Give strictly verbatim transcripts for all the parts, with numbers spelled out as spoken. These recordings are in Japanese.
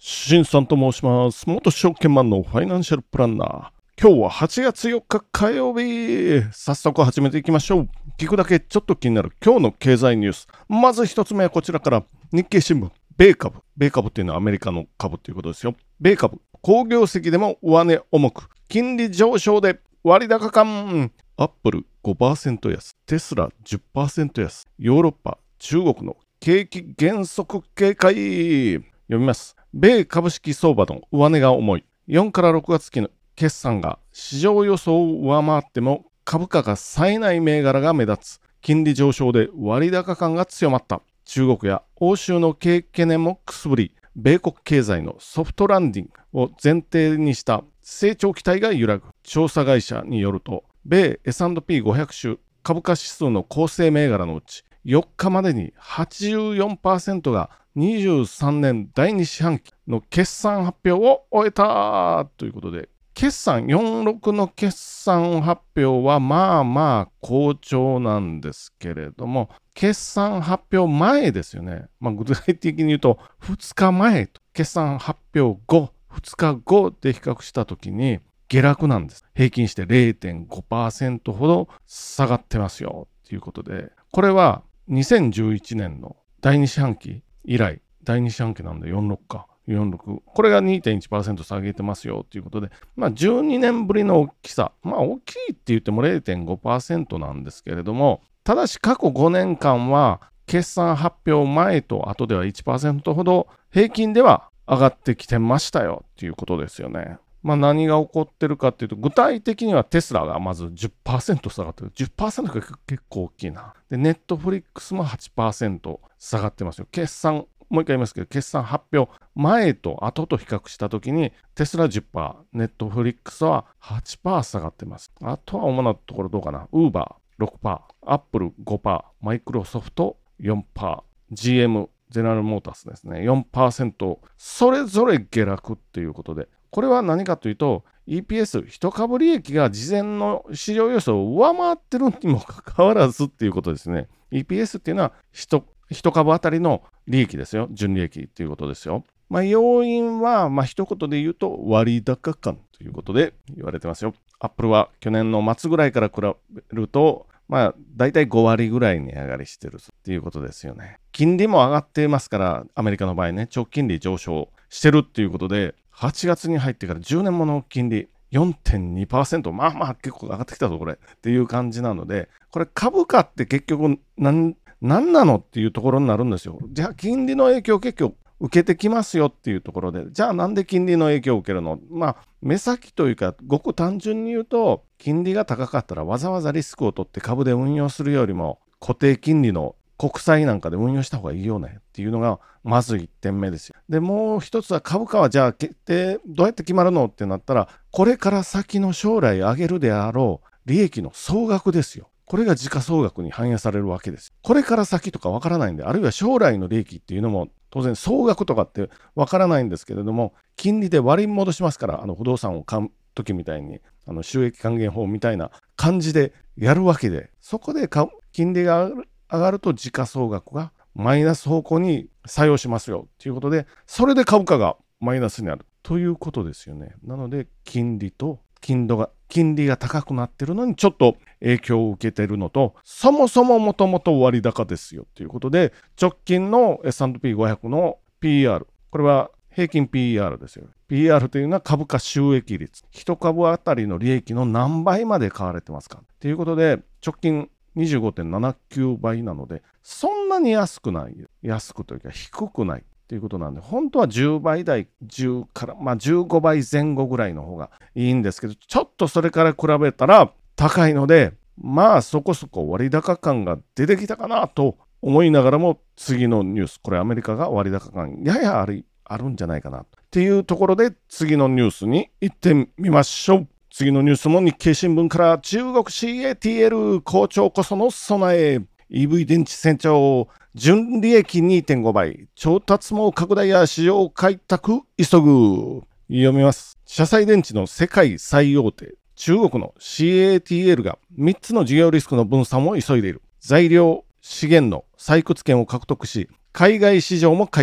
しんさんと申します。元証券マンのファイナンシャルプランナー。今日ははちがつよっか火曜日。早速始めていきましょう。聞くだけちょっと気になる今日の経済ニュース。まず一つ目はこちらから。日経新聞。米株。米株っていうのはアメリカの株ということですよ。米株。好業績でも上値重く。金利上昇で割高感。アップル ごパーセント 安。テスラ じゅっパーセント 安。ヨーロッパ、中国の景気減速警戒。読みます。米株式相場の上値が重い。よんからろくがつ期の決算が市場予想を上回っても株価が冴えない銘柄が目立つ。金利上昇で割高感が強まった。中国や欧州の景気懸念もくすぶり、米国経済のソフトランディングを前提にした成長期待が揺らぐ。調査会社によると、米 エスアンドピーごひゃく 種株価指数の構成銘柄のうちよっかまでに はちじゅうよんパーセント がにじゅうさんねんだいに四半期の決算発表を終えたということで、決算よんじゅうろくの決算発表はまあまあ好調なんですけれども、決算発表前ですよね。まあ、具体的に言うとふつかまえと決算発表後、ふつかごで比較したときに下落なんです。平均して れいてんごパーセント ほど下がってますよということで、これはにせんじゅういちねんのだいに四半期以来、だいに四半期なんでよんじゅうろくか。よんじゅうろく。これが にてんいちパーセント 下げてますよということで、まあじゅうにねんぶりの大きさ。まあ大きいって言っても れいてんごパーセント なんですけれども、ただし過去ごねんかんは決算発表前と後ではいちパーセントほど平均では上がってきてましたよっていうことですよね。まあ何が起こってるかっていうと、具体的にはテスラがまず じゅっパーセント 下がってる。じゅっパーセント が結構大きいな。で、ネットフリックスも はちパーセント 下がってますよ。決算、もう一回言いますけど、決算発表前と後と比較したときに、テスラ じゅっパーセント、ネットフリックスは はちパーセント 下がってます。あとは主なところどうかな。ウーバー ろくパーセント、アップル ごパーセント、マイクロソフト よんパーセント、ジーエム、ゼネラルモータスですね、よんパーセント、それぞれ下落っていうことで、これは何かというと、イーピーエス、一株利益が事前の市場予想を上回ってるにもかかわらずっていうことですね。イーピーエス っていうのは一株あたりの利益ですよ。純利益っていうことですよ。まあ、要因は、まあ、一言で言うと割高感ということで言われてますよ。アップルは去年の末ぐらいから比べると、まあ、だいたいごわりぐらい値上がりしてるっていうことですよね。金利も上がってますから、アメリカの場合ね、長期金利上昇してるっていうことで、はちがつに入ってからじゅうねんもの金利 よんてんにパーセント、まあまあ結構上がってきたぞこれっていう感じなので、これ株価って結局何、何なのっていうところになるんですよ。じゃあ金利の影響結局受けてきますよっていうところで、じゃあなんで金利の影響を受けるの？まあ目先というかごく単純に言うと、金利が高かったらわざわざリスクを取って株で運用するよりも固定金利の国債なんかで運用した方がいいよねっていうのがまずいってんめですよ。で、もう一つは株価はじゃあ決定どうやって決まるのってなったら、これから先の将来上げるであろう利益の総額ですよ。これが時価総額に反映されるわけです。これから先とかわからないんで、あるいは将来の利益っていうのも当然総額とかってわからないんですけれども、金利で割り戻しますから、あの不動産を買う時みたいにあの収益還元法みたいな感じでやるわけで、そこで金利が上がると時価総額がマイナス方向に作用しますよということで、それで株価がマイナスになるということですよね。なので金利と金利が金利が高くなってるのにちょっと影響を受けてるのと、そもそももともと割高ですよということで、直近の エスアンドピーごひゃく の ピーイーアール、 これは平均 ピーイーアール ですよ。ピーイーアール というのは株価収益率、一株あたりの利益の何倍まで買われてますかということで、直近 にじゅうごてんななきゅう 倍なので、そんなに安くない、安くというか低くないということなんで、本当はじゅうばい台、じゅうから、まあ、じゅうごばいぜん後ぐらいの方がいいんですけど、ちょっとそれから比べたら高いので、まあそこそこ割高感が出てきたかなと思いながらも、次のニュース、これアメリカが割高感ややある、あるんじゃないかなっていうところで、次のニュースに行ってみましょう。次のニュースも日経新聞から、中国 シーエーティーエル 好調こその備え、イーブイ 電池成長、純利益 にてんごばい、調達網拡大や市場開拓急ぐ。読みます。車載電池の世界最大手、中国の シーエーティーエル がみっつの事業リスクの分散を急いでいる。材料資源の採掘権を獲得し、海外市場も開拓。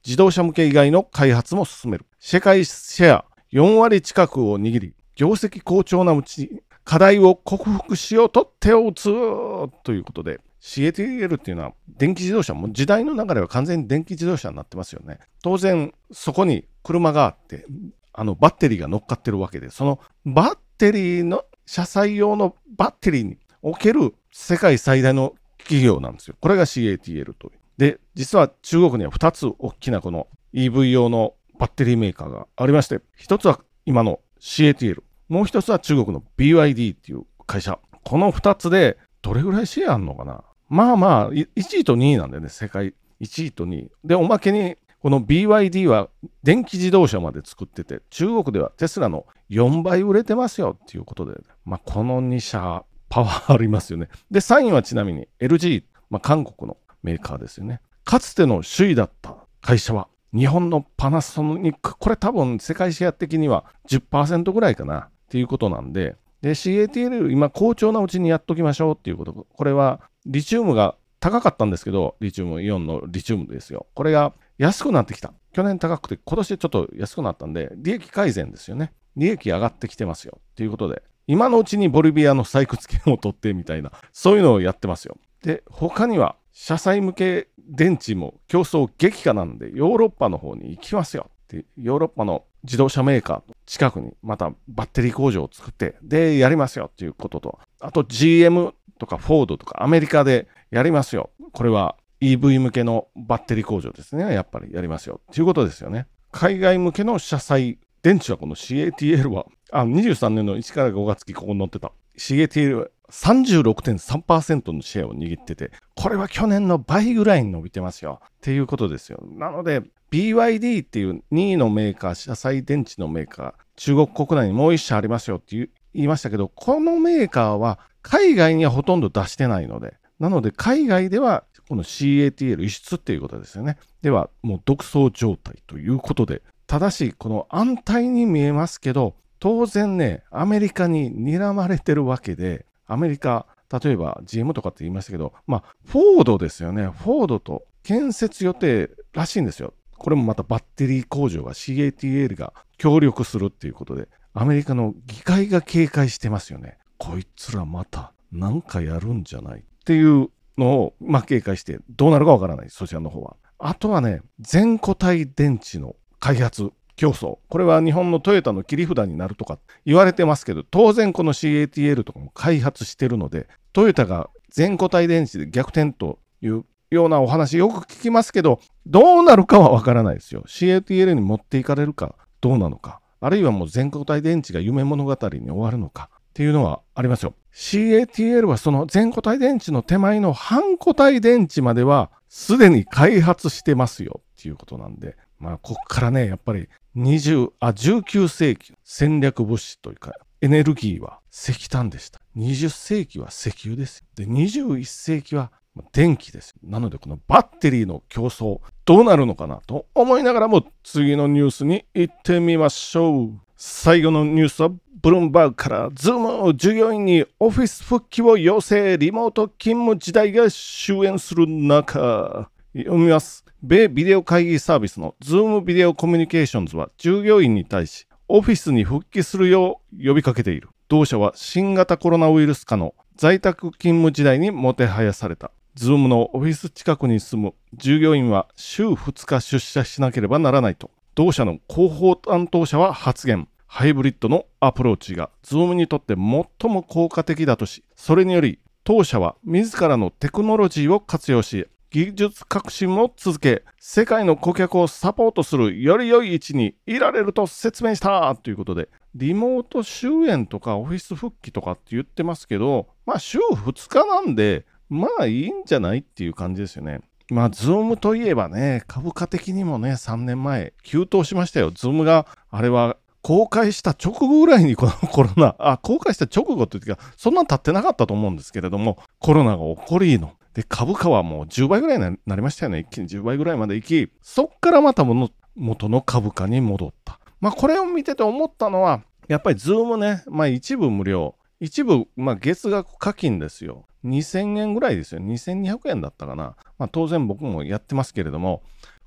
自動車向け以外の開発も進める。世界シェアよんわり近くを握り、業績好調なうち、課題を克服しようと手を打つということで、シーエーティーエル っていうのは電気自動車、もう時代の流れは完全に電気自動車になってますよね。当然そこに車があって、あのバッテリーが乗っかってるわけで、そのバッテリーの車載用のバッテリーにおける世界最大の企業なんですよ。これが シーエーティーエル という。で、実は中国にはふたつ大きなこの イーブイ 用のバッテリーメーカーがありまして、ひとつは今の シーエーティーエル、もうひとつは中国の ビーワイディー っていう会社。このふたつでどれぐらいシェアあんのかな。まあまあ、いちいとにいなんでね、世界いちいとにい。で、おまけに、この ビーワイディー は電気自動車まで作ってて、中国ではテスラのよんばい売れてますよっていうことで、まあ、このに社、パワーありますよね。で、さんいはちなみに エルジー、まあ、韓国のメーカーですよね。かつての首位だった会社は、日本のパナソニック、これ多分世界シェア的には じゅっパーセント ぐらいかなっていうことなんで、で、シーエーティーエル 今好調なうちにやっときましょうっていうこと。これはリチウムが高かったんですけど、リチウムイオンのリチウムですよ。これが安くなってきた。去年高くて今年ちょっと安くなったんで、利益改善ですよね。利益上がってきてますよっていうことで、今のうちにボリビアの採掘権を取ってみたいな、そういうのをやってますよ。で、他には車載向け電池も競争激化なんで、ヨーロッパの方に行きますよって、ヨーロッパの自動車メーカーの近くにまたバッテリー工場を作って、で、やりますよっていうことと、あと ジーエム とかフォードとかアメリカでやりますよ。これは イーブイ 向けのバッテリー工場ですね。やっぱりやりますよっていうことですよね。海外向けの車載電池はこの シーエーティーエル は、あ、にじゅうさんねんのいちからごがつ期ここに載ってた。シーエーティーエル は さんじゅうろくてんさんパーセント のシェアを握ってて、これは去年の倍ぐらいに伸びてますよっていうことですよ。なので ビーワイディー っていうにいのメーカー、車載電池のメーカー、中国国内にもういっ社ありますよって言いましたけど、このメーカーは海外にはほとんど出してないので、なので海外ではこの シーエーティーエル 輸出っていうことですよね。ではもう独走状態ということで、ただしこの安泰に見えますけど、当然ね、アメリカに睨まれてるわけで、アメリカ、例えば ジーエム とかって言いましたけど、まあ、フォードですよね。フォードと建設予定らしいんですよ。これもまたバッテリー工場が シーエーティーエル が協力するっていうことで、アメリカの議会が警戒してますよね。こいつらまたなんかやるんじゃないっていうのを、まあ、警戒してどうなるかわからない、そちらの方は。あとはね、全固体電池の開発競争。これは日本のトヨタの切り札になるとか言われてますけど、当然この シーエーティーエル とかも開発してるので、トヨタが全固体電池で逆転というようなお話よく聞きますけど、どうなるかはわからないですよ。シーエーティーエル に持っていかれるかどうなのか、あるいはもう全固体電池が夢物語に終わるのかっていうのはありますよ。シーエーティーエル はその全固体電池の手前の半固体電池まではすでに開発してますよっていうことなんで、まあここからね、やっぱりにじゅうあじゅうきゅう世紀戦略物資というかエネルギーは石炭でした。にじゅっ世紀は石油です。で、にじゅういっ世紀は電気です。なのでこのバッテリーの競争どうなるのかなと思いながらも、次のニュースに行ってみましょう。最後のニュースはブルームバーグから、ズーム従業員にオフィス復帰を要請、リモート勤務時代が終焉する中。読みます。米ビデオ会議サービスの Zoom ビデオコミュニケーションズは従業員に対しオフィスに復帰するよう呼びかけている。同社は新型コロナウイルス下の在宅勤務時代にもてはやされた Zoom のオフィス近くに住む従業員は週ふつか出社しなければならないと同社の広報担当者は発言。ハイブリッドのアプローチが Zoom にとって最も効果的だとし、それにより当社は自らのテクノロジーを活用し技術革新も続け、世界の顧客をサポートするより良い位置にいられると説明したということで、リモート終焉とかオフィス復帰とかって言ってますけど、まあ週ふつかなんで、まあいいんじゃないっていう感じですよね。まあ、ズームといえばね、株価的にもね、さんねんまえ急騰しましたよ。ズームが、あれは公開した直後ぐらいにこのコロナ、あ、公開した直後っていうか、そんな経ってなかったと思うんですけれども、コロナが起こりの。で、株価はもうじゅうばいぐらいになりましたよね。一気にじゅうばいぐらいまで行き、そっからまた元の株価に戻った。まあ、これを見てて思ったのは、やっぱりズームね、まあ一部無料、一部、まあ月額課金ですよ。にせんえんぐらいですよ。にせんにひゃくえんだったかな。まあ当然僕もやってますけれども、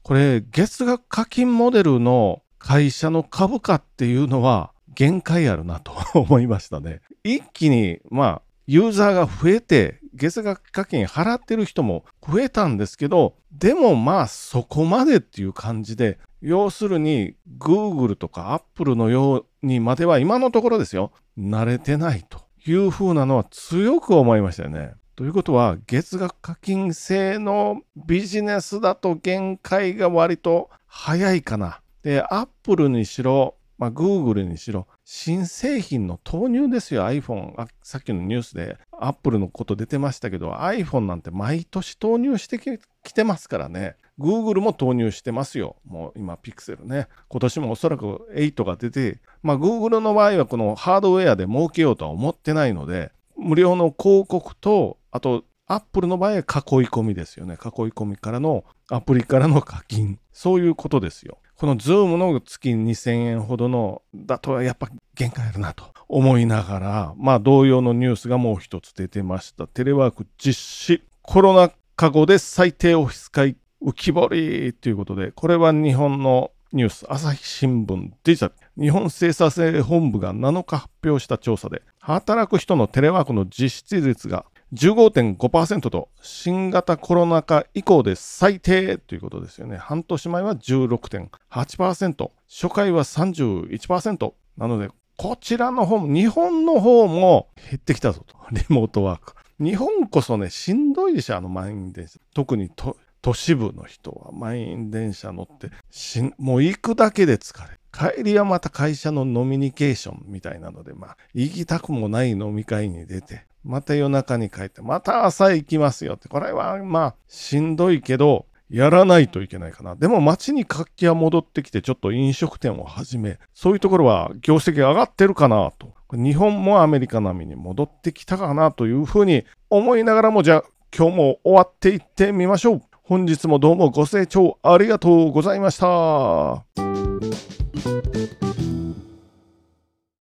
これ月額課金モデルの会社の株価っていうのは限界あるなと思いましたね。一気にまあユーザーが増えて月額課金払ってる人も増えたんですけど、でもまあそこまでっていう感じで、要するに Google とか Apple のようにまでは今のところですよ、慣れてないというふうなのは強く思いましたよね。ということは月額課金制のビジネスだと限界が割と早いかな。で、Apple にしろ、まあ、Google にしろ、新製品の投入ですよ。 iPhone、あ、さっきのニュースで Apple のこと出てましたけど、 iPhone なんて毎年投入してき、きてますからね。Google も投入してますよ。もう今 Pixel ね。今年もおそらくはちが出て、まあ Google の場合はこのハードウェアで儲けようとは思ってないので、無料の広告と、あと Apple の場合は囲い込みですよね。囲い込みからのアプリからの課金。そういうことですよ。この Zoom の月にせんえんほどのだとやっぱ限界あるなと思いながら、まあ同様のニュースがもう一つ出てました。テレワーク実施。コロナ禍後で最低オフィス界浮き彫りということで、これは日本のニュース、朝日新聞デジタル。日本生産性本部がなのか発表した調査で、働く人のテレワークの実施率が じゅうごてんごパーセント と新型コロナ禍以降で最低ということですよね。半年前は じゅうろくてんはちパーセント、初回は さんじゅういちパーセント なので、こちらの方も、日本の方も減ってきたぞと。リモートワーク。日本こそね、しんどいでしょ、あの満員電車。特にと都市部の人は満員電車乗ってしん、もう行くだけで疲れ。帰りはまた会社の飲みニケーションみたいなので、まあ、行きたくもない飲み会に出て、また夜中に帰って、また朝行きますよって。これはまあ、しんどいけど、やらないといけないかな。でも街に活気は戻ってきて、ちょっと飲食店を始め、そういうところは業績が上がってるかなと。日本もアメリカ並みに戻ってきたかなというふうに思いながらも、じゃあ今日も終わっていってみましょう。本日もどうもご清聴ありがとうございました。